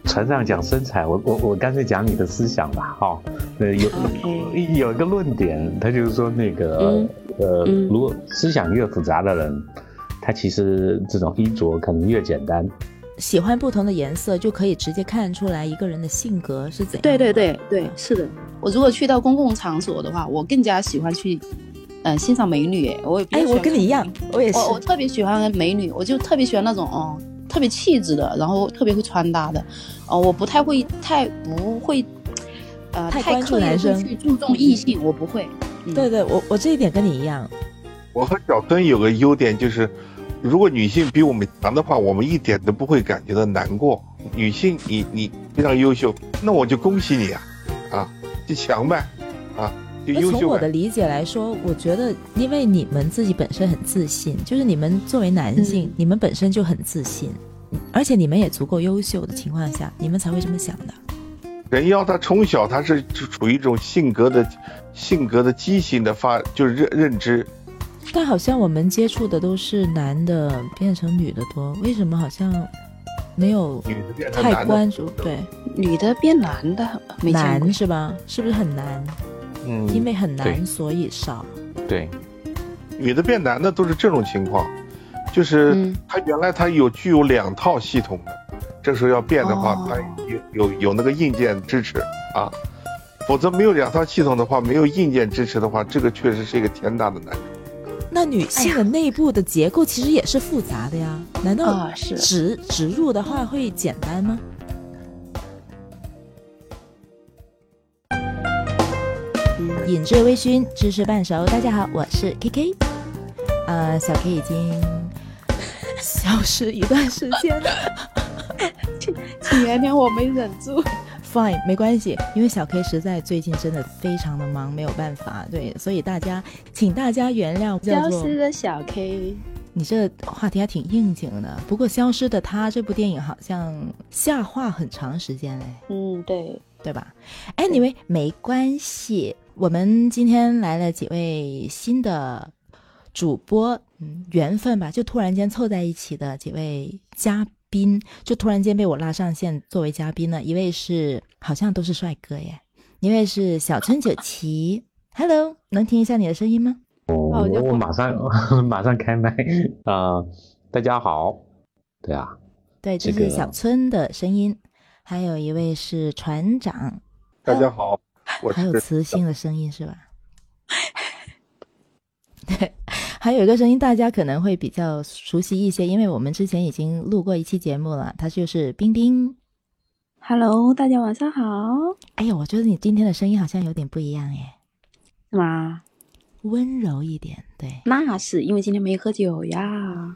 船长讲身材，我干脆讲你的思想吧，哈、有一个论点，他就是说那个如果思想越复杂的人，他其实这种衣着可能越简单。 喜欢不同的颜色，就可以直接看出来一个人的性格是怎样。 对，是的。我如果去到公共场所的话，我更加喜欢去欣赏美女。我跟你一样，我也是。 我特别喜欢美女，我就特别喜欢那种特别气质的，然后特别会穿搭的。我不会太关注男生去注重异性，我不会。 对，我这一点跟你一样。 我和小孙有个优点就是，如果女性比我们强的话，我们一点都不会感觉到难过。女性你非常优秀，那我就恭喜你就强呗，就优秀呗。 从我的理解来说，我觉得因为你们自己本身很自信，就是你们作为男性，你们本身就很自信，而且你们也足够优秀的情况下，你们才会这么想的。 人妖他从小他是处于一种性格的畸形的就是认知。 但好像我们接触的都是男的变成女的多，为什么好像没有太关注？对， 女的变男的没见过， 难是吧？是不是很难？因为很难所以少。 对， 女的变男的都是这种情况，就是他原来他具有2套系统的，这时候要变的话，他有那个硬件支持否则没有2套系统的话，没有硬件支持的话，这个确实是一个天大的难处。 那女性的内部的结构其实也是复杂的呀，难道植入的话会简单吗？饮至微醺，知识半熟。大家好，我是 KK。小 K 已经消失一段时间了， 请原谅我没忍住。 Fine， 没关系，因为小 K 实在最近真的非常的忙，没有办法，对，所以请大家原谅。 消失的小 K， 你这话题还挺应景的。不过消失的他这部电影好像下画很长时间嘞。对吧 ？Anyway， 没关系，我们今天来了几位新的主播，缘分吧，就突然间凑在一起的几位嘉宾，就突然间被我拉上线作为嘉宾了。一位是好像都是帅哥耶，一位是小春九七 ，Hello， 能听一下你的声音吗？ 我马上开麦大家好，对啊， 对，这是小春的声音。还有一位是船长， 大家好， 还有磁性的声音是吧？对，还有一个声音大家可能会比较熟悉一些，因为我们之前已经录过一期节目了，他就是冰冰。 Hello， 大家晚上好。 哎呀，我觉得你今天的声音好像有点不一样耶。 是吗？ 温柔一点，对。 那是因为今天没喝酒呀。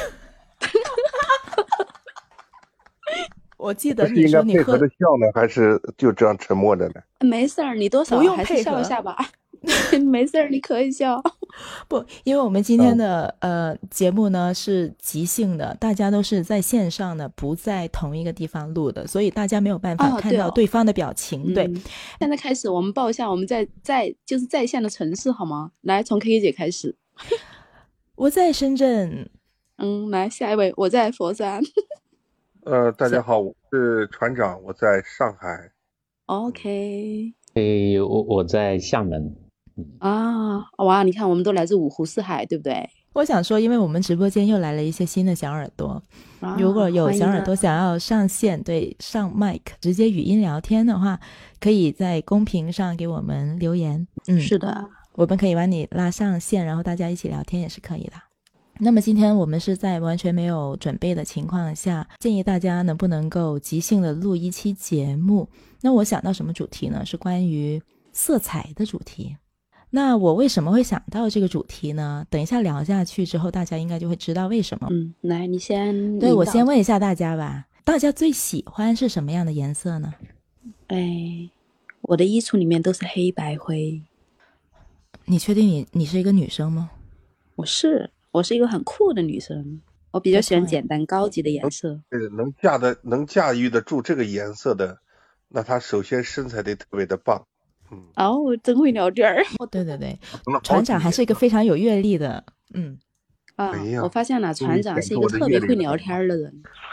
我记得你说你应该配合着笑呢，还是就这样沉默着呢？ 没事儿，你多少还是笑一下吧。没事儿，你可以笑。 不，因为我们今天的节目呢是即兴的，大家都是在线上的，不在同一个地方录的，所以大家没有办法看到对方的表情。对， 现在开始我们报一下我们就是在线的城市好吗？来，从 KK 姐开始。 我在深圳。 来下一位，我在佛山。 大家好，我是船长，我在上海。 OK。 我在厦门。 哇，你看我们都来自五湖四海，对不对？ 我想说，因为我们直播间又来了一些新的小耳朵，如果有小耳朵想要上线，对，上麦克直接语音聊天的话，可以在公屏上给我们留言。 是的， 我们可以把你拉上线，然后大家一起聊天也是可以的。那么今天我们是在完全没有准备的情况下，建议大家能不能够即兴的录一期节目。那我想到什么主题呢？是关于色彩的主题。那我为什么会想到这个主题呢？等一下聊下去之后，大家应该就会知道为什么。 来，你先。 对，我先问一下大家吧，大家最喜欢是什么样的颜色呢？ 我的衣橱里面都是黑白灰。 你确定你是一个女生吗？ 我是一个很酷的女生，我比较喜欢简单高级的颜色。 能驾驭得住这个颜色的，那她首先身材得特别的棒。 真会聊天儿。 对，船长还是一个非常有阅历的。 我发现了，船长是一个特别会聊天的人。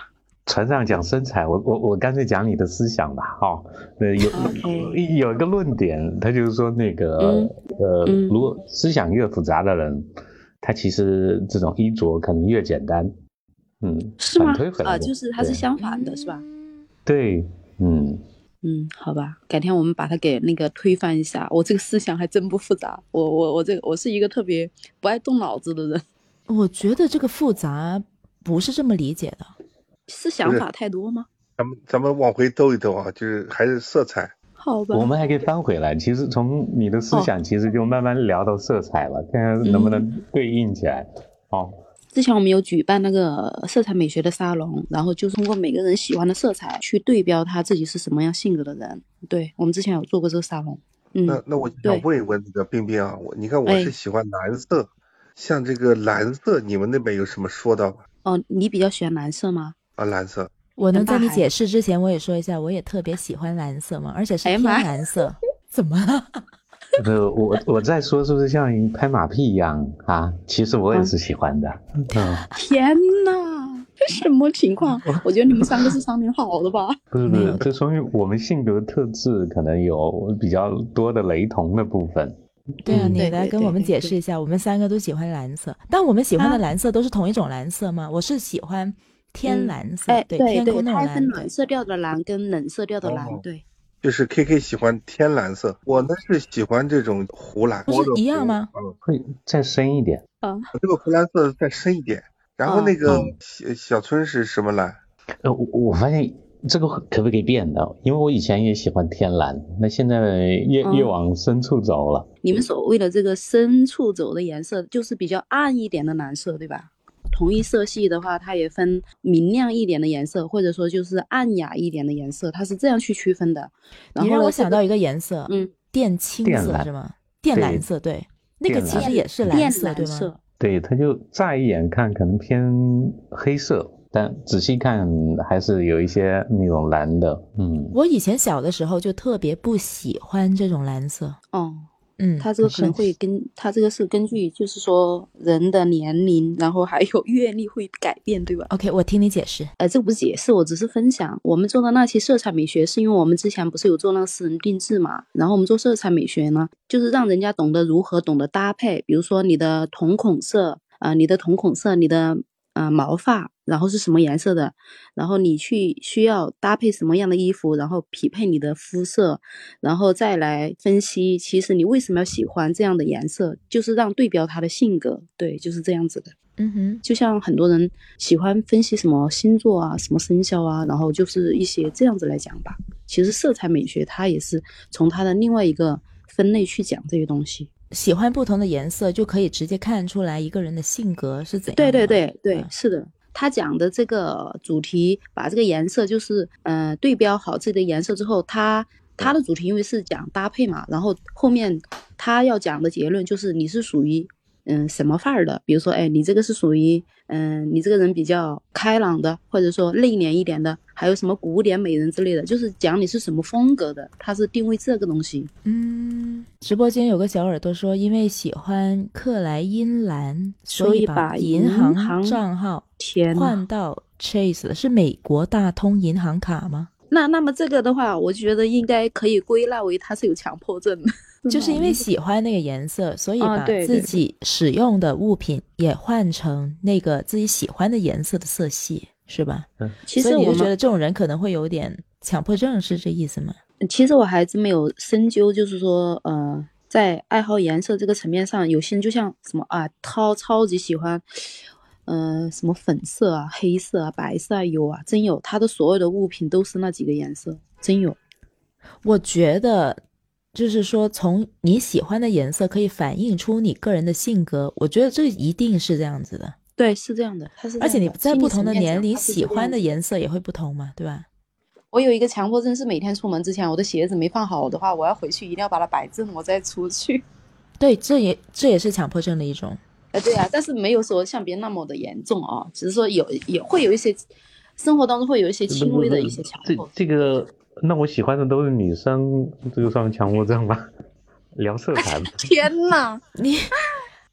船长讲身材，我干脆讲你的思想吧，哈，有一个论点，他就是说那个如果思想越复杂的人，他其实这种衣着可能越简单， 是吗？就是它是相反的，是吧？ 对， 好吧，改天我们把它给那个推翻一下。我这个思想还真不复杂，我是一个特别不爱动脑子的人。 我觉得这个复杂不是这么理解的。 是想法太多吗？ 咱们往回兜一兜啊，就是还是色彩。 好吧， 我们还可以翻回来。其实从你的思想，其实就慢慢聊到色彩了，看看能不能对应起来。 之前我们有举办那个色彩美学的沙龙，然后就通过每个人喜欢的色彩去对标他自己是什么样性格的人。对，我们之前有做过这个沙龙。 那我想问一问那个冰冰啊，你看我是喜欢蓝色，像这个蓝色，你们那边有什么说道吗？ 你比较喜欢蓝色吗？ 蓝色。 我能在你解释之前，我也说一下，我也特别喜欢蓝色嘛，而且是天蓝色。怎么了？ 我在说是不是像拍马屁一样啊？其实我也是喜欢的。 天哪，这什么情况？我觉得你们三个是商量好的吧？ 不是，这说明我们性格特质可能有比较多的雷同的部分。 对啊，你来跟我们解释一下。我们三个都喜欢蓝色，但我们喜欢的蓝色都是同一种蓝色吗？我是喜欢天蓝色， 对， 天空那种蓝。 它分暖色调的蓝跟冷色调的蓝，对。 就是 KK 喜欢天蓝色，我呢是喜欢这种湖蓝。 不是一样吗？ 会再深一点。 这个湖蓝色再深一点。然后那个小春是什么蓝？ 我发现这个可不可以变的？因为我以前也喜欢天蓝，那现在越往深处走了。 你们所谓的这个深处走的颜色，就是比较暗一点的蓝色，对吧？同一色系的话，它也分明亮一点的颜色，或者说就是暗哑一点的颜色，它是这样去区分的。然后你让我想到一个颜色，靛青色是吗？靛蓝色，对，那个其实也是蓝色，对吗？ 对，它就乍一眼看可能偏黑色，但仔细看还是有一些那种蓝的。 我以前小的时候就特别不喜欢这种蓝色。 它这个可能会它这个是根据就是说人的年龄，然后还有阅历会改变，对吧 ？OK， 我听你解释。 这不是解释，我只是分享。我们做的那期色彩美学，是因为我们之前不是有做那个私人定制嘛，然后我们做色彩美学呢，就是让人家懂得如何懂得搭配，比如说你的瞳孔色，你的毛发，然后是什么颜色的，然后你需要搭配什么样的衣服，然后匹配你的肤色，然后再来分析其实你为什么要喜欢这样的颜色，就是让对标他的性格。对，就是这样子的。就像很多人喜欢分析什么星座啊，什么生肖啊，然后就是一些这样子来讲吧。其实色彩美学它也是从它的另外一个分类去讲这些东西。 喜欢不同的颜色就可以直接看出来一个人的性格是怎样的。 对，是的。他讲的这个主题，把这个颜色就是对标好自己的颜色之后，他的主题因为是讲搭配嘛，然后后面他要讲的结论就是你是属于什么范儿的，比如说你这个是属于你这个人比较开朗的，或者说内敛一点的，还有什么古典美人之类的，就是讲你是什么风格的，他是定位这个东西。 直播间有个小耳朵说，因为喜欢克莱因蓝，所以把银行账号换到 Chase， 是美国大通银行卡吗？ 那么这个的话，我觉得应该可以归纳为他是有强迫症的。 就是因为喜欢那个颜色，所以把自己使用的物品也换成那个自己喜欢的颜色的色系，是吧？ 其实所以你就觉得这种人可能会有点强迫症，是这意思吗？ 其实我还真没有深究，就是说在爱好颜色这个层面上，有些人就像什么超级喜欢什么粉色啊、黑色啊、白色啊，有啊，真有，他的所有的物品都是那几个颜色，真有。 我觉得就是说从你喜欢的颜色可以反映出你个人的性格，我觉得这一定是这样子的。 对，是这样的，它是这样的。 而且你在不同的年龄喜欢的颜色也会不同嘛，对吧？ 我有一个强迫症，是每天出门之前我的鞋子没放好的话，我要回去一定要把它摆正，我再出去。 对，这也是强迫症的一种。 对啊，但是没有说像别人那么的严重啊，只是说也会有一些生活当中会有一些轻微的一些强迫。 这个，那我喜欢的都是女生，这个算强迫症吗？聊色彩。 天哪，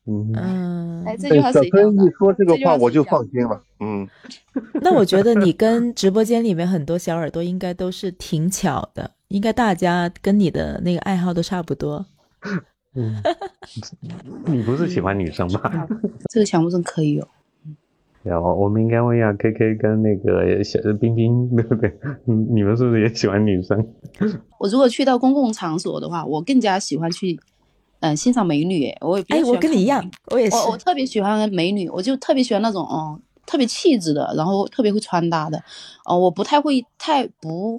这句话谁讲的？ 一说这个话我就放心了。 那我觉得你跟直播间里面很多小耳朵应该都是挺巧的，应该大家跟你的那个爱好都差不多。 你不是喜欢女生吗？ 这个强迫症可以有。 然后我们应该问一下 KK 跟那个小冰冰，对不对？你们是不是也喜欢女生？ 我如果去到公共场所的话，我更加喜欢去欣赏美女。我也比较喜欢我跟你一样，我也是。 我特别喜欢美女，我就特别喜欢那种特别气质的，然后特别会穿搭的。我不太会太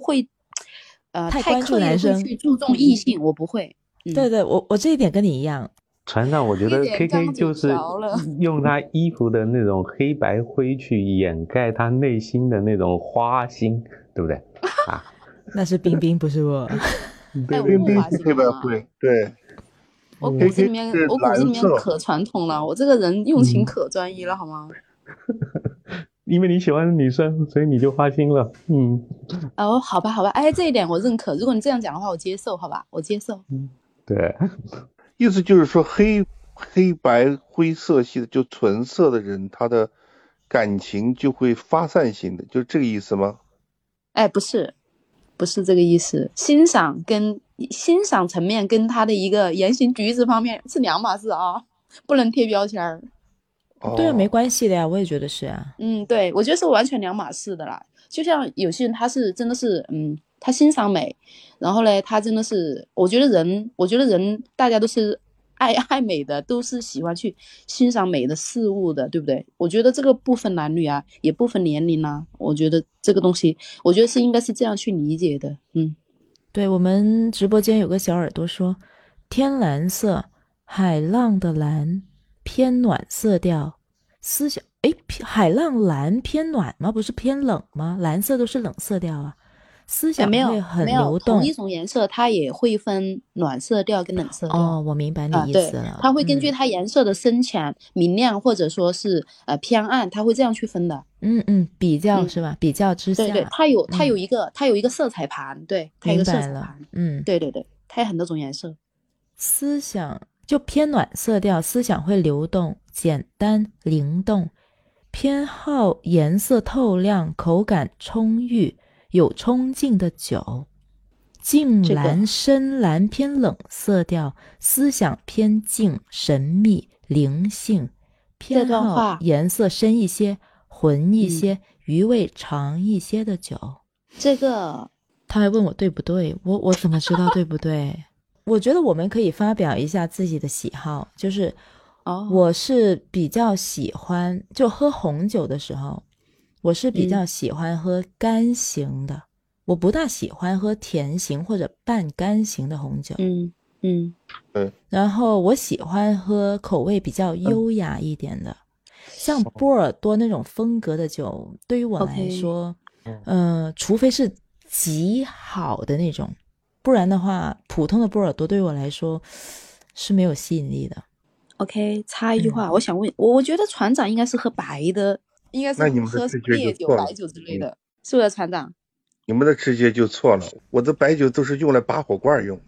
关注男生， 去注重异性，我不会。 对对，我这一点跟你一样。 船长，我觉得 KK 就是用他衣服的那种黑白灰去掩盖他内心的那种花心，对不对？ 那是冰冰，不是我。 冰冰是黑白灰，对。 我骨子里面可传统了，我这个人用情可专一了，好吗？ 因为你喜欢女生，所以你就花心了。 好吧，这一点我认可。如果你这样讲的话，我接受，好吧，我接受。 对。 意思就是说黑白灰色系的就纯色的人，他的感情就会发散型的，就这个意思吗？ 不是这个意思。欣赏层面跟他的一个言行举止方面是两码事啊，不能贴标签。 对啊，没关系的呀，我也觉得是啊。 对，我觉得是完全两码事的啦。就像有些人他是真的是他欣赏美，然后呢他真的是我觉得人大家都是爱美的，都是喜欢去欣赏美的事物的，对不对？我觉得这个不分男女啊，也不分年龄啊，我觉得这个东西我觉得是应该是这样去理解的。 对，我们直播间有个小耳朵说天蓝色，海浪的蓝，偏暖色调，思想海浪蓝偏暖吗？不是偏冷吗？蓝色都是冷色调啊。思想会很流动， 同一种颜色它也会分暖色调跟冷色调。 我明白你意思了。 它会根据它颜色的深浅、明亮或者说是偏暗，它会这样去分的。 比较是吧？比较之下， 对，它有一个色彩盘，对，它有一个色彩盘。对，它有很多种颜色。 思想就偏暖色调，思想会流动、简单、灵动，偏好颜色透亮、口感充裕。有冲劲的酒，静蓝、深蓝偏冷色调，思想偏静、神秘、灵性，偏好颜色深一些、浑一些、余味长一些的酒。 这个他还问我对不对，我怎么知道对不对？我觉得我们可以发表一下自己的喜好，就是我是比较喜欢就喝红酒的时候。我是比较喜欢喝干型的，我不大喜欢喝甜型或者半干型的红酒。然后我喜欢喝口味比较优雅一点的，像波尔多那种风格的酒，对于我来说，除非是极好的那种，不然的话，普通的波尔多对于我来说是没有吸引力的。 OK， 插一句话，我想问，我觉得船长应该是喝白的。应该是喝烈酒、白酒之类的，是不是船长？ 你们的直觉就错了，我的白酒都是用来拔火罐用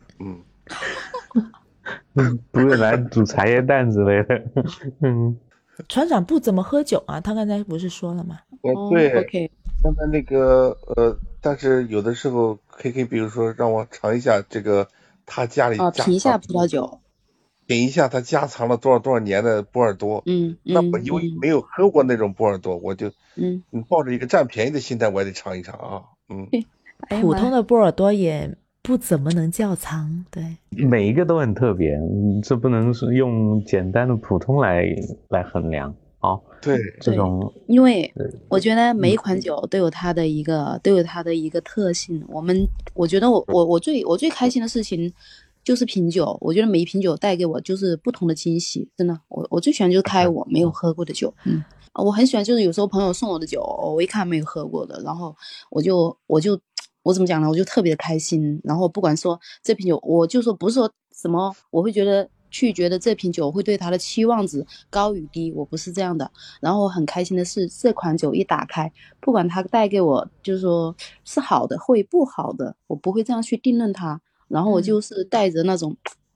的。不是来煮茶叶蛋之类的。 船长不怎么喝酒啊，他刚才不是说了吗？ 对 ，OK。 刚才那个但是有的时候 KK 比如说让我尝一下这个他家里品一下葡萄酒。 品一下他家藏了多少年的波尔多，那我由于没有喝过那种波尔多，我就抱着一个占便宜的心态，我也得尝一尝啊。 普通的波尔多也不怎么能窖藏，对， 每一个都很特别，这不能是用简单的普通来衡量啊。 对， 这种， 因为我觉得每一款酒都有它的一个特性。我觉得我最开心的事情。就是品酒，我觉得每一瓶酒带给我就是不同的惊喜，真的，我最喜欢就是开我没有喝过的酒，我很喜欢，就是有时候朋友送我的酒，我一看没有喝过的，然后我怎么讲呢？我就特别的开心，然后不管说这瓶酒，我就说不是说什么，我会觉得这瓶酒会对它的期望值高与低，我不是这样的。然后我很开心的是，这款酒一打开，不管它带给我就是说是好的或不好的，我不会这样去定论它。然后我就是带着那种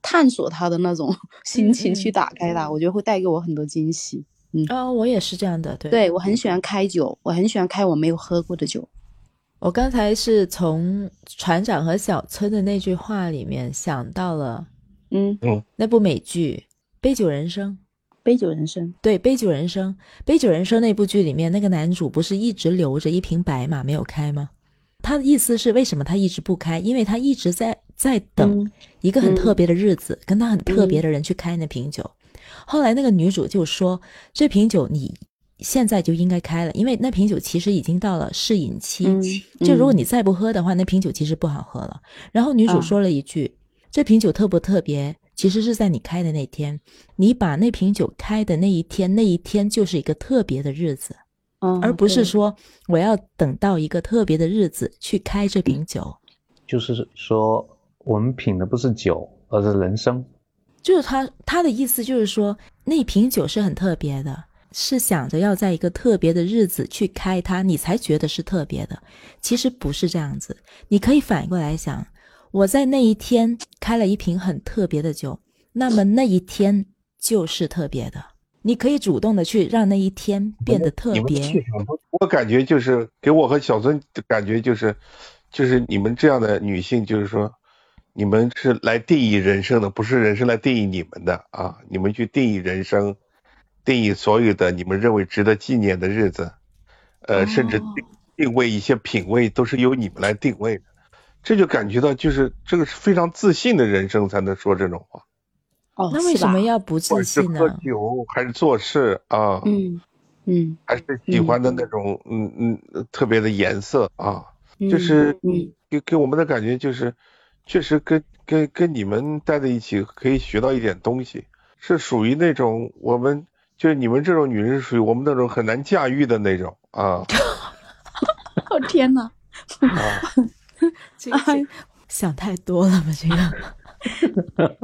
探索它的那种心情去打开它，我觉得会带给我很多惊喜。 我也是这样的， 对，我很喜欢开酒，我很喜欢开我没有喝过的酒。 我刚才是从船长和小村的那句话里面想到了那部美剧《杯酒人生》。 杯酒人生， 对，杯酒人生那部剧里面，那个男主不是一直留着一瓶白马没有开吗？他的意思是为什么他一直不开？因为他一直在等一个很特别的日子，跟他很特别的人去开那瓶酒。后来那个女主就说，这瓶酒你现在就应该开了，因为那瓶酒其实已经到了适饮期，就如果你再不喝的话，那瓶酒其实不好喝了。然后女主说了一句，这瓶酒特不特别，其实是在你开的那天，你把那瓶酒开的那一天就是一个特别的日子，而不是说我要等到一个特别的日子去开这瓶酒。 就是说我们品的不是酒，而是人生。 就是他的意思就是说，那瓶酒是很特别的，是想着要在一个特别的日子去开它，你才觉得是特别的。其实不是这样子，你可以反过来想，我在那一天开了一瓶很特别的酒，那么那一天就是特别的。你可以主动的去让那一天变得特别。 我感觉就是给我和小孙的感觉就是你们这样的女性，就是说你们是来定义人生的，不是人生来定义你们的啊！你们去定义人生，定义所有的你们认为值得纪念的日子，甚至定位一些品味都是由你们来定位的。这就感觉到就是这个是非常自信的人生才能说这种话。 那为什么要不自信呢？ 是喝酒还是做事啊？还是喜欢的那种特别的颜色啊？就是给我们的感觉就是确实跟你们待在一起可以学到一点东西，是属于那种我们就是你们这种女人是属于我们那种很难驾驭的那种啊。 哦天哪！ 这个想太多了吧这个。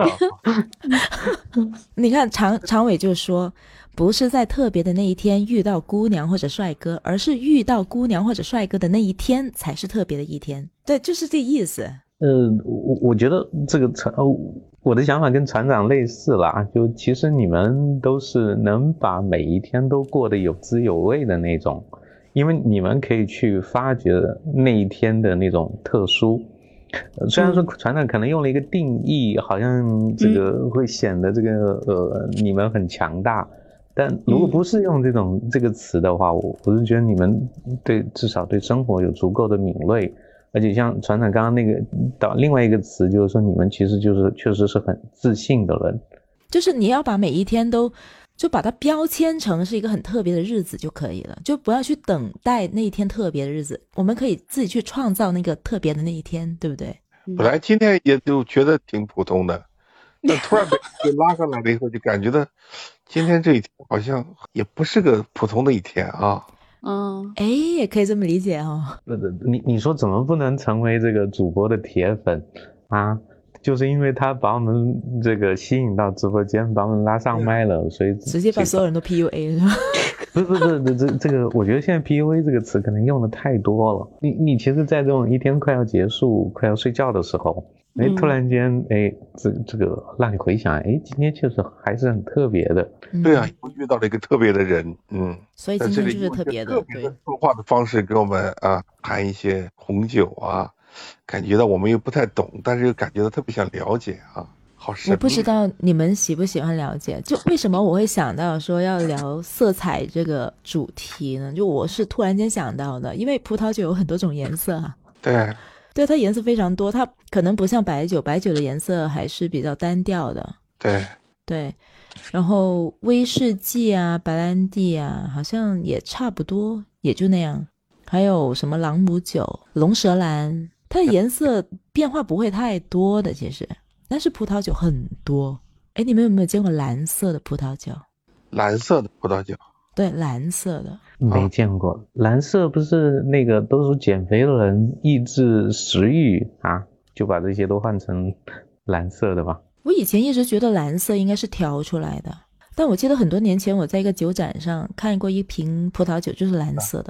你看常伟就说，不是在特别的那一天遇到姑娘或者帅哥，而是遇到姑娘或者帅哥的那一天才是特别的一天。对，就是这意思。 我觉得这个我的想法跟船长类似啦，就其实你们都是能把每一天都过得有滋有味的那种，因为你们可以去发掘那一天的那种特殊。虽然说船长可能用了一个定义，好像这个会显得这个你们很强大，但如果不是用这个词的话，我是觉得你们至少对生活有足够的敏锐，而且像船长刚刚那个到另外一个词，就是说你们其实就是确实是很自信的人， 就是你要把每一天都就把它标签成是一个很特别的日子就可以了，就不要去等待那一天特别的日子，我们可以自己去创造那个特别的那一天，对不对？ 本来今天也就觉得挺普通的，但突然被拉上来了以后，就感觉到今天这一天好像也不是个普通的一天啊。 也可以这么理解哦。 你说怎么不能成为这个主播的铁粉啊？就是因为他把我们这个吸引到直播间，把我们拉上麦了，所以直接把所有人都 PUA 是吧？ 不是，这个我觉得现在 PUA 这个词可能用的太多了。你其实在这种一天快要结束、快要睡觉的时候，突然间这个让你回想，今天确实还是很特别的。 对啊，遇到了一个特别的人， 所以今天就是特别的， 特别的说话的方式给我们谈一些红酒啊。感觉到我们又不太懂，但是又感觉到特别想了解啊，好神秘。 我不知道你们喜不喜欢了解，就为什么我会想到说要聊色彩这个主题呢？就我是突然间想到的，因为葡萄酒有很多种颜色啊。对，它颜色非常多，它可能不像白酒的颜色还是比较单调的。对，然后威士忌啊、白兰地啊，好像也差不多，也就那样。还有什么朗姆酒、龙舌兰，它的颜色变化不会太多的，其实，但是葡萄酒很多。你们有没有见过蓝色的葡萄酒？ 蓝色的葡萄酒？ 对，蓝色的。 没见过。蓝色不是那个都是减肥的人抑制食欲啊，就把这些都换成蓝色的吧？ 我以前一直觉得蓝色应该是调出来的，但我记得很多年前我在一个酒展上看过一瓶葡萄酒，就是蓝色的。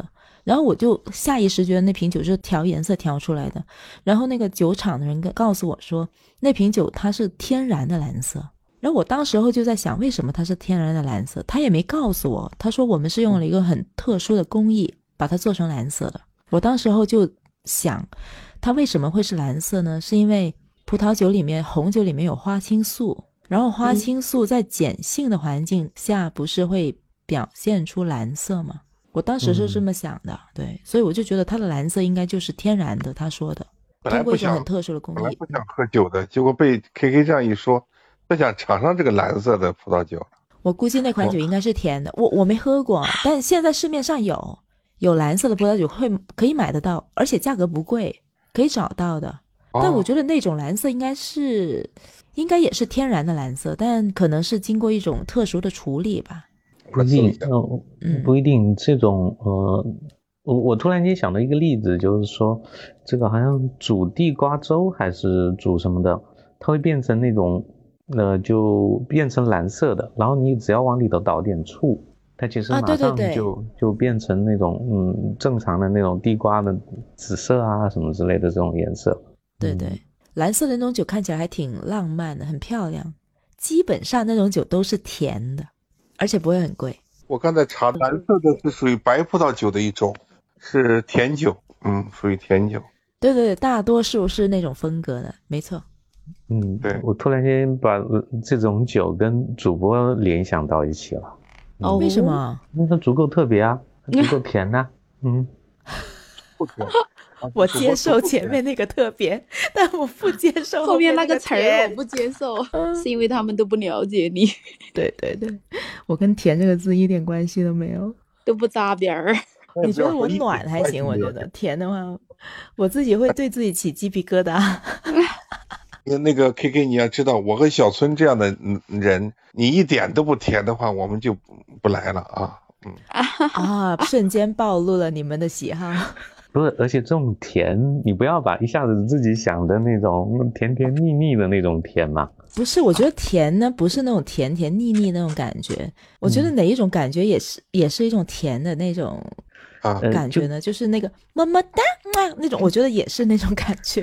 然后我就下意识觉得那瓶酒是调颜色调出来的，然后那个酒厂的人告诉我说那瓶酒它是天然的蓝色，然后我当时候就在想为什么它是天然的蓝色，他也没告诉我，他说我们是用了一个很特殊的工艺把它做成蓝色的。我当时候就想它为什么会是蓝色呢，是因为葡萄酒里面红酒里面有花青素，然后花青素在碱性的环境下不是会表现出蓝色吗？我当时是这么想的，对，所以我就觉得它的蓝色应该就是天然的，他说的通过一种很特殊的工艺。 本来不想喝酒的，结果被 KK 这样一说，他想尝尝这个蓝色的葡萄酒。 我估计那款酒应该是甜的，我没喝过，但现在市面上有蓝色的葡萄酒可以买得到，而且价格不贵，可以找到的。但我觉得那种蓝色应该也是天然的蓝色，但可能是经过一种特殊的处理吧。 不一定这种我突然间想到一个例子，就是说这个好像煮地瓜粥还是煮什么的，它会变成那种就变成蓝色的，然后你只要往里头倒点醋，它其实马上就变成那种正常的那种地瓜的紫色啊什么之类的这种颜色。 对对，蓝色的那种酒看起来还挺浪漫的，很漂亮。基本上那种酒都是甜的，而且不会很贵。 我刚才查，蓝色的是属于白葡萄酒的一种，是甜酒，属于甜酒。 对对对，大多数是那种风格的，没错。 对，我突然间把这种酒跟主播联想到一起了。 为什么？ 因为它足够特别啊，它足够甜啊。 不甜。 我接受前面那个特别，但我不接受后面那个词儿，我不接受，是因为他们都不了解你。 对对对，我跟甜这个字一点关系都没有， 都不扎边儿。 你觉得我暖还行，我觉得甜的话，我自己会对自己起鸡皮疙瘩。 那个 KK 你要知道，我和小村这样的人，你一点都不甜的话，我们就不来了啊。 瞬间暴露了你们的喜好。 不是，而且这种甜，你不要把一下子自己想的那种甜甜腻腻的那种甜嘛。 不是，我觉得甜呢，不是那种甜甜腻腻那种感觉。我觉得哪一种感觉也是一种甜的那种感觉呢，就是那个么么哒那种，我觉得也是那种感觉。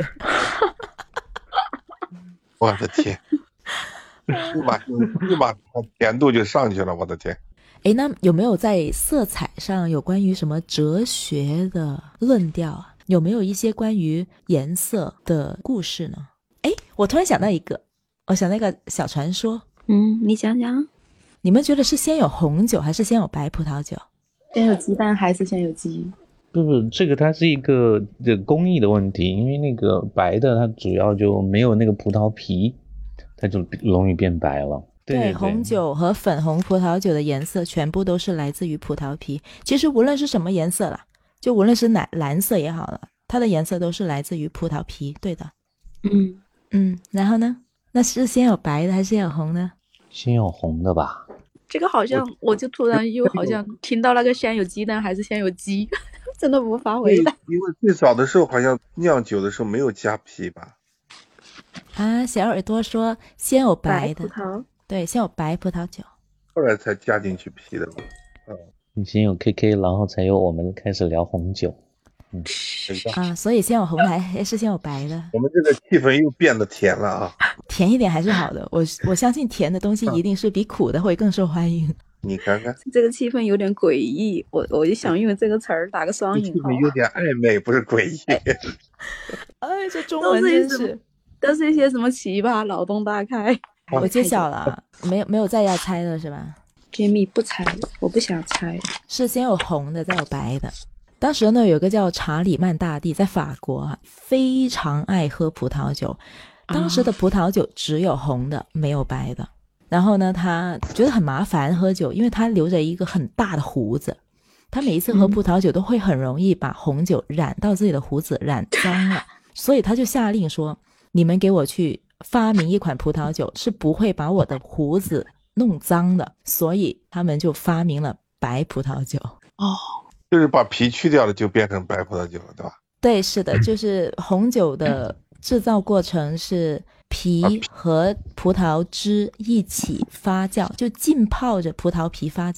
我的天，立马甜度就上去了，我的天。 那有没有在色彩上有关于什么哲学的论调啊？有没有一些关于颜色的故事呢？我突然想到一个，我想那个小传说。 你讲讲。 你们觉得是先有红酒还是先有白葡萄酒？ 先有鸡蛋还是先有鸡？ 不，这个它是一个工艺的问题，因为那个白的它主要就没有那个葡萄皮，它就容易变白了。对， 红酒和粉红葡萄酒的颜色全部都是来自于葡萄皮。其实无论是什么颜色啦，就无论是蓝色也好了，它的颜色都是来自于葡萄皮。对的。然后呢？那是先有白的还是先有红的？ 先有红的吧。 这个好像我就突然又好像听到那个先有鸡蛋还是先有鸡，真的无法回答。 因为最早的时候好像酿酒的时候没有加皮吧？ 小耳朵说先有白的。 白葡萄。对， 先有白葡萄酒， 后来才加进去皮的嘛。 先有 KK， 然后才有我们开始聊红酒。 所以先有红的还是先有白的？ 我们这个气氛又变得甜了啊！ 甜一点还是好的，我相信甜的东西一定是比苦的会更受欢迎。 你看看， 这个气氛有点诡异，我就想用这个词儿打个双引号。 有点暧昧，不是诡异。 这中文真是都是一些什么奇葩脑洞大开。 我揭晓了，没有再要猜了是吧？ Jamie 不猜，我不想猜。 是先有红的再有白的。当时呢有个叫查理曼大帝在法国非常爱喝葡萄酒，当时的葡萄酒只有红的没有白的。然后呢他觉得很麻烦喝酒，因为他留着一个很大的胡子，他每一次喝葡萄酒都会很容易把红酒染到自己的胡子，染脏了。所以他就下令说，你们给我去发明一款葡萄酒是不会把我的胡子弄脏的。所以他们就发明了白葡萄酒。 就是把皮去掉了就变成白葡萄酒了，对吧？ 对，是的，就是红酒的制造过程是皮和葡萄汁一起发酵，就浸泡着葡萄皮发酵，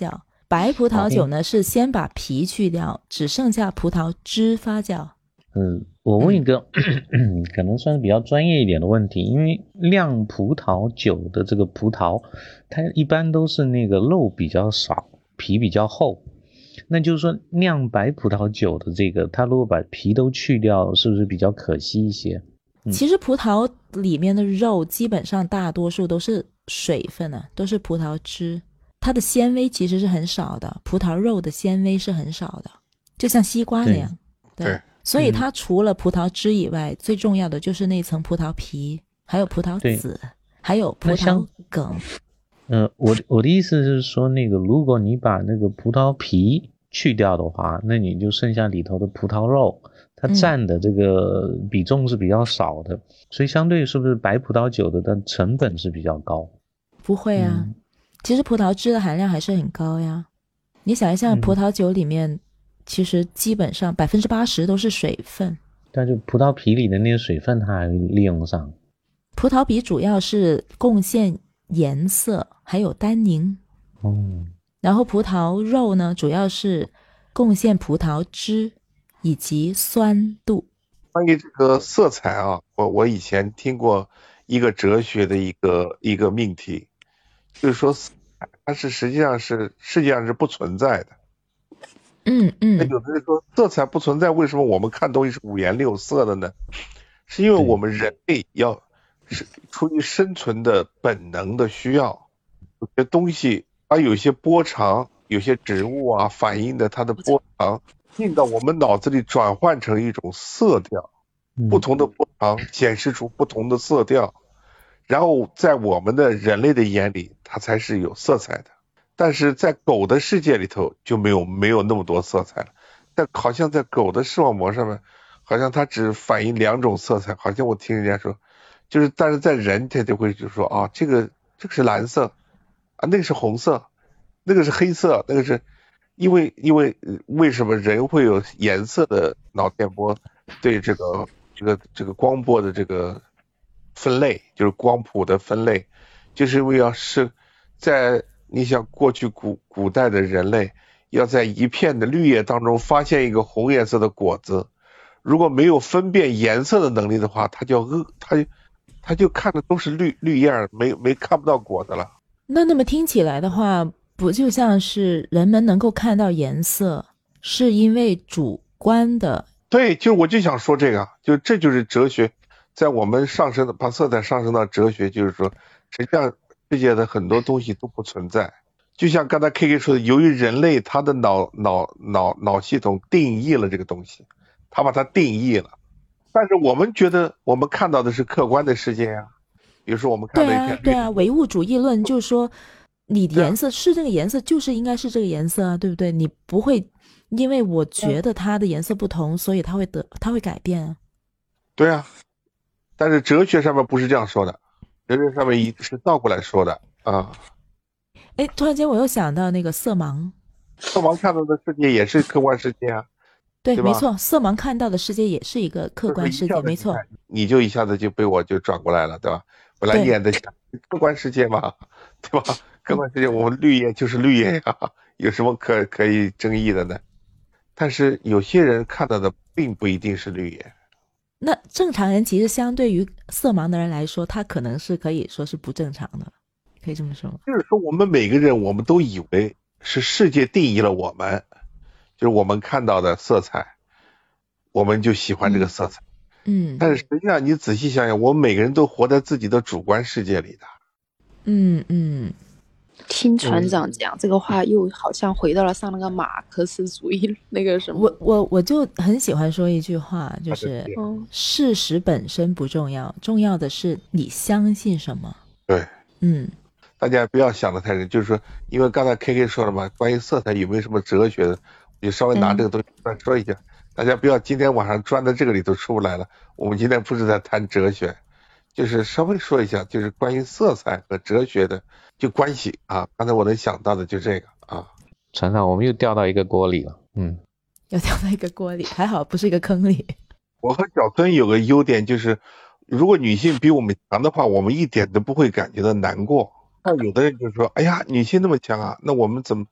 白葡萄酒呢是先把皮去掉，只剩下葡萄汁发酵。 我问一个可能算是比较专业一点的问题，因为酿葡萄酒的这个葡萄，它一般都是那个肉比较少，皮比较厚。那就是说酿白葡萄酒的这个，它如果把皮都去掉，是不是比较可惜一些？ 其实葡萄里面的肉基本上大多数都是水分啊，都是葡萄汁，它的纤维其实是很少的，葡萄肉的纤维是很少的，就像西瓜那样。对，所以它除了葡萄汁以外，最重要的就是那层葡萄皮，还有葡萄籽，还有葡萄梗。 我的意思是说，那个如果你把那个葡萄皮去掉的话，那你就剩下里头的葡萄肉，它占的这个比重是比较少的，所以相对是不是白葡萄酒的它成本是比较高？ 不会啊，其实葡萄汁的含量还是很高呀。你想一下，葡萄酒里面其实基本上80%都是水分， 但是葡萄皮里的那些水分它还会利用上。 葡萄皮主要是贡献颜色还有单宁，然后葡萄肉呢主要是贡献葡萄汁以及酸度。 关于这个色彩啊，我以前听过一个哲学的一个命题，就是说色彩它是实际上是世界上是不存在的。那有的人说色彩不存在，为什么我们看东西是五颜六色的呢？是因为我们人类是出于生存的本能的需要，有些东西有些波长，有些植物啊反映的它的波长进到我们脑子里转换成一种色调，不同的波长显示出不同的色调，然后在我们的人类的眼里它才是有色彩的。但是在狗的世界里头就没有那么多色彩了，好像在狗的视网膜上面好像它只反映2种色彩，好像我听人家说就是但是在人他就会就说这个是蓝色那个是红色，那个是黑色，那个是因为为什么人会有颜色的脑电波对这个光波的这个分类，就是光谱的分类，就是因为是在你想过去古代的人类要在一片的绿叶当中发现一个红颜色的果子，如果没有分辨颜色的能力的话，他就看的都是绿叶，没看不到果子了。 那么听起来的话，不就像是人们能够看到颜色是因为主观的？ 对，我就想说这个，这就是哲学，在我们把色彩上升到哲学，就是说实际上世界的很多东西都不存在，就像刚才 KK 说的，由于人类他的脑系统定义了这个东西，他把它定义了，但是我们觉得我们看到的是客观的世界呀。比如说我们看到一片绿， 对啊，唯物主义论就是说你的颜色是这个颜色，就是应该是这个颜色啊，对不对？你不会因为我觉得它的颜色不同，所以它会改变啊。 对啊，但是哲学上面不是这样说的，哲学上面是倒过来说的啊。 突然间我又想到那个色盲看到的世界也是客观世界啊。 对，没错，色盲看到的世界也是一个客观世界，没错。 你就一下子就被我就转过来了，对吧？本来演的客观世界嘛，对吧？客观世界我们绿叶就是绿叶呀，有什么可以争议的呢？但是有些人看到的并不一定是绿叶。 那正常人其实相对于色盲的人来说，他可能是可以说是不正常的，可以这么说吗？ 就是说我们每个人我们都以为是世界定义了我们，就是我们看到的色彩，我们就喜欢这个色彩。但是实际上你仔细想想，我们每个人都活在自己的主观世界里的。 听船长讲这个话，又好像回到了上那个马克思主义那个什么。 我就很喜欢说一句话，就是事实本身不重要，重要的是你相信什么。 对，大家不要想得太深，就是说，因为刚才 KK 说了嘛，关于色彩有没有什么哲学的，我就稍微拿这个东西再说一下。大家不要今天晚上钻到这个里头出不来了，我们今天不是在谈哲学，就是稍微说一下，就是关于色彩和哲学的就关系啊。刚才我能想到的就这个啊。 船长，我们又掉到一个锅里了， 又掉到一个锅里，还好不是一个坑里。 我和小孙有个优点，就是如果女性比我们强的话，我们一点都不会感觉到难过。但有的人就说，哎呀，女性那么强啊，那我们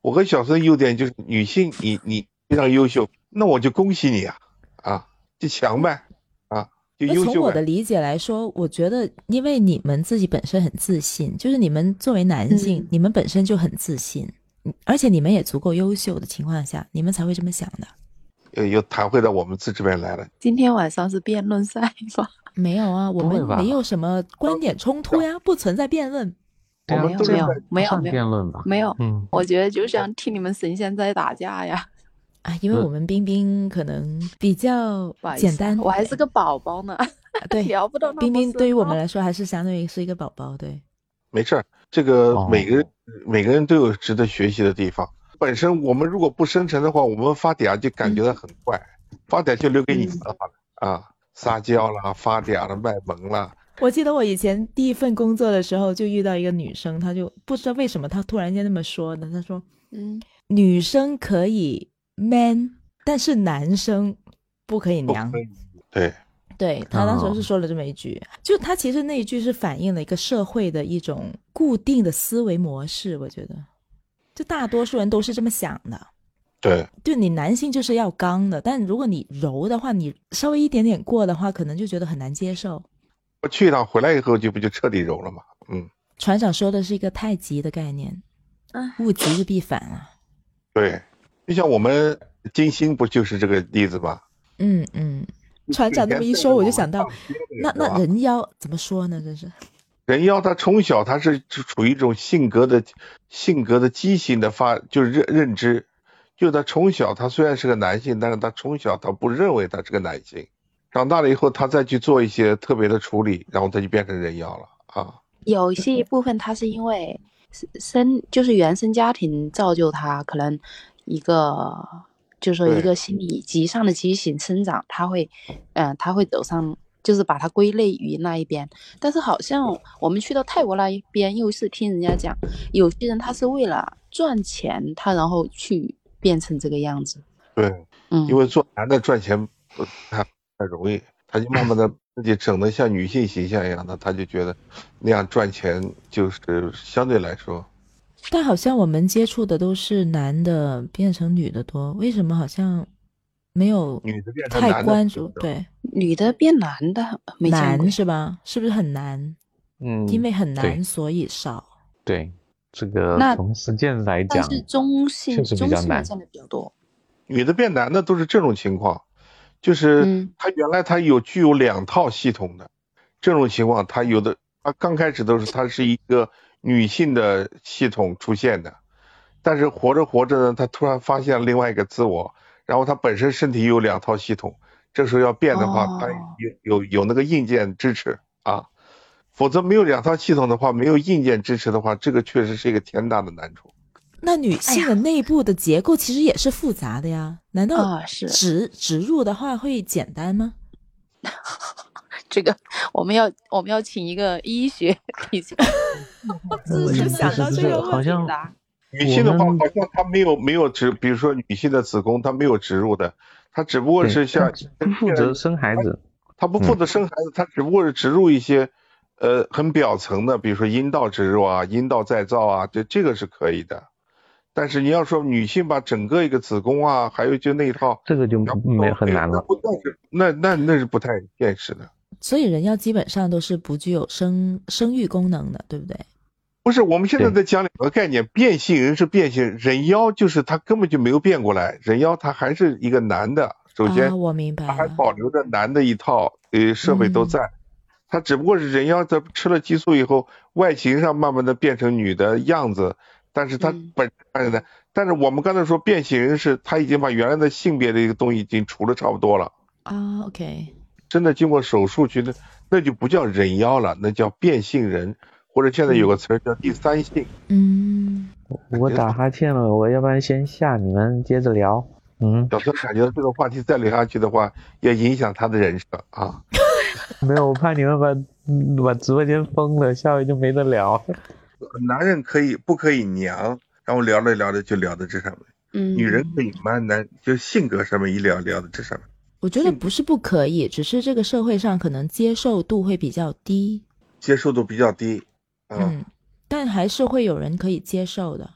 我和小孙优点就是女性你非常优秀，那我就恭喜你啊，就强呗啊，就优秀呗。 从我的理解来说，我觉得因为你们自己本身很自信，就是你们作为男性，你们本身就很自信，而且你们也足够优秀的情况下，你们才会这么想的。 又谈回到我们自这边来了。 今天晚上是辩论赛吗？ 没有啊，我们没有什么观点冲突呀，不存在辩论。 没有辩论吧？ 没有，我觉得就像听你们神仙在打架呀。 啊，因为我们冰冰可能比较简单， 我还是个宝宝呢。 对， 聊不到那么冰冰对于我们来说还是相对于是一个宝宝。对， 没事，这个每个人都有值得学习的地方。本身我们如果不生成的话，我们发嗲就感觉到很怪，发嗲就留给你们了啊，撒娇啦，发嗲啦，卖萌啦。 我记得我以前第一份工作的时候，就遇到一个女生，她就不知道为什么她突然间那么说的，她说，女生可以 man， 但是男生不可以娘。对，她当时是说了这么一句，就她其实那一句是反映了一个社会的一种固定的思维模式，我觉得。就大多数人都是这么想的， 对， 就你男性就是要刚的，但如果你柔的话，你稍微一点点过的话，可能就觉得很难接受。 我去一趟回来以后，不就彻底柔了吗？ 船长说的是一个太极的概念，物极就必反啊。 对，就像我们金星不就是这个例子吗？ 船长这么一说，我就想到，那人妖怎么说呢？真是。 人妖他从小他是处于一种性格的畸形的就是认知，就是他从小他虽然是个男性，但是他从小他不认为他是个男性，长大了以后他再去做一些特别的处理，然后他就变成人妖了啊。 有一些部分他是因为就是原生家庭造就他，可能就是说一个心理极上的畸形生长，他会走上。就是把它归类于那一边，但是好像我们去到泰国那一边，又是听人家讲，有些人他是为了赚钱，他然后去变成这个样子。 对，因为做男的赚钱不太容易，他就慢慢的自己整得像女性形象一样的，他就觉得那样赚钱就是相对来说。 但好像我们接触的都是男的变成女的多，为什么好像没有太关注？对， 女的变男的没见过， 难是吧？是不是很难？因为很难，所以少。 对，这个从实践来讲， 但是中性见的比较多。 女的变男的都是这种情况，就是她原来她具有两套系统的，这种情况她刚开始她是一个女性的系统出现的，但是活着活着呢，她突然发现了另外一个自我。然后他本身身体有两套系统，这时候要变的话，他有那个硬件支持啊，否则没有两套系统的话，没有硬件支持的话，这个确实是一个天大的难处。 那女性的内部的结构其实也是复杂的呀，难道植入的话会简单吗？ 这个我们要请一个医学比较，我就想到这个问题了。 女性的话，好像她没有比如说女性的子宫，她没有植入的，她只不过是像负责生孩子， 她不负责生孩子，她只不过是植入一些很表层的，比如说阴道植入啊、阴道再造啊，这个是可以的。但是你要说女性把整个一个子宫啊，还有就那一套， 这个就很难了。 那是不太现实的。 所以人妖基本上都是不具有生育功能的，对不对？ 不是，我们现在在讲两个概念，变性人是变性人妖，就是他根本就没有变过来，人妖他还是一个男的。首先， 我明白了， 他还保留着男的一套设备都在，他只不过是人妖他吃了激素以后，外形上慢慢的变成女的样子，但是他本身的，但是我们刚才说变性人是他已经把原来的性别的一个东西已经除了差不多了啊。OK， 真的经过手术去的，那就不叫人妖了，那叫变性人。或者现在有个词叫第三性。 我打哈欠了，我要不然先下，你们接着聊。 小孙感觉这个话题再聊下去的话，也影响他的人设啊。 没有，我怕你们把直播间封了，下回就没得聊。 男人不可以娘，然后聊着聊着就聊到这上面。女人可以蛮男，就性格上面一聊到这上面。 我觉得不是不可以，只是这个社会上可能接受度会比较低。 接受度比较低。 但还是会有人可以接受的。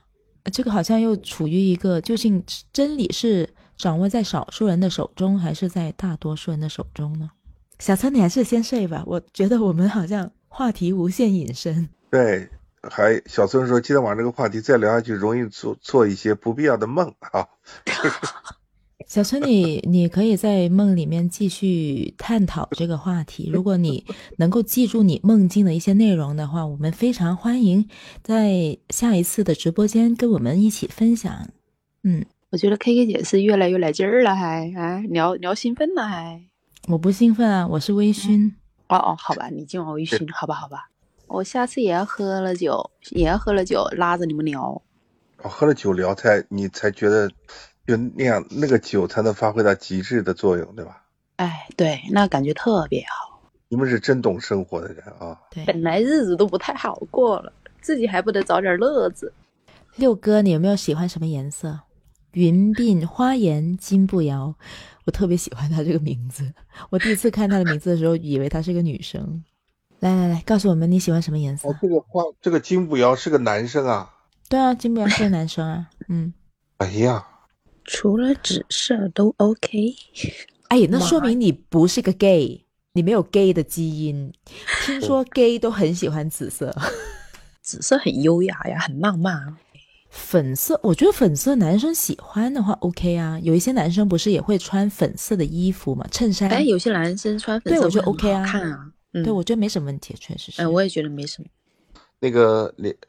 这个好像又处于一个究竟真理是掌握在少数人的手中还是在大多数人的手中呢？小村你还是先睡吧，我觉得我们好像话题无限引申。 对，小村说今天晚上这个话题再聊下去容易做一些不必要的梦啊。 小村你可以在梦里面继续探讨这个话题，如果你能够记住你梦境的一些内容的话，我们非常欢迎在下一次的直播间跟我们一起分享。 我觉得 KK 姐是越来越来劲儿了，你要兴奋了还？ 我不兴奋啊，我是微醺。 好吧，你今晚微醺，好吧，我下次也要喝了酒拉着你们聊。 喝了酒聊你才觉得就那样，那个酒才能发挥到极致的作用，对吧？ 哎，对，那感觉特别好。 你们是真懂生活的人啊！ 对， 本来日子都不太好过了，自己还不得找点乐子。 六哥，你有没有喜欢什么颜色？云鬓花颜金步摇，我特别喜欢他这个名字。我第一次看他的名字的时候，以为他是个女生。来，告诉我们你喜欢什么颜色？ 这个金步摇是个男生啊？ 对啊，金步摇是个男生啊。 哎呀， 除了紫色都 OK。 哎，那说明你不是个 gay， 你没有 gay 的基因。听说 gay 都很喜欢紫色。 紫色很优雅呀，很浪漫。 粉色，我觉得粉色男生喜欢的话 OK 啊，有一些男生不是也会穿粉色的衣服嘛，衬衫。 有些男生穿粉色， 对，我觉得 OK 啊， 看啊， 对，我觉得没什么问题，确实是。 我也觉得没什么。 那个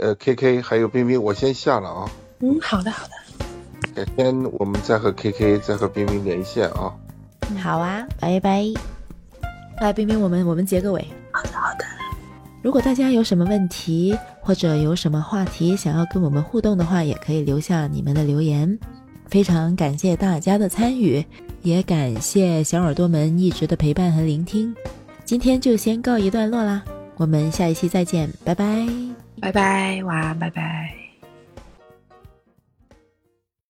KK 还有冰冰，我先下了啊。 好的。 改天我们再和 KK 再和冰冰连线啊。 好啊，拜拜。来，冰冰，我们结个尾。 好的。 如果大家有什么问题或者有什么话题想要跟我们互动的话，也可以留下你们的留言。非常感谢大家的参与，也感谢小耳朵们一直的陪伴和聆听。今天就先告一段落啦，我们下一期再见，拜拜。 拜拜，晚安，拜拜。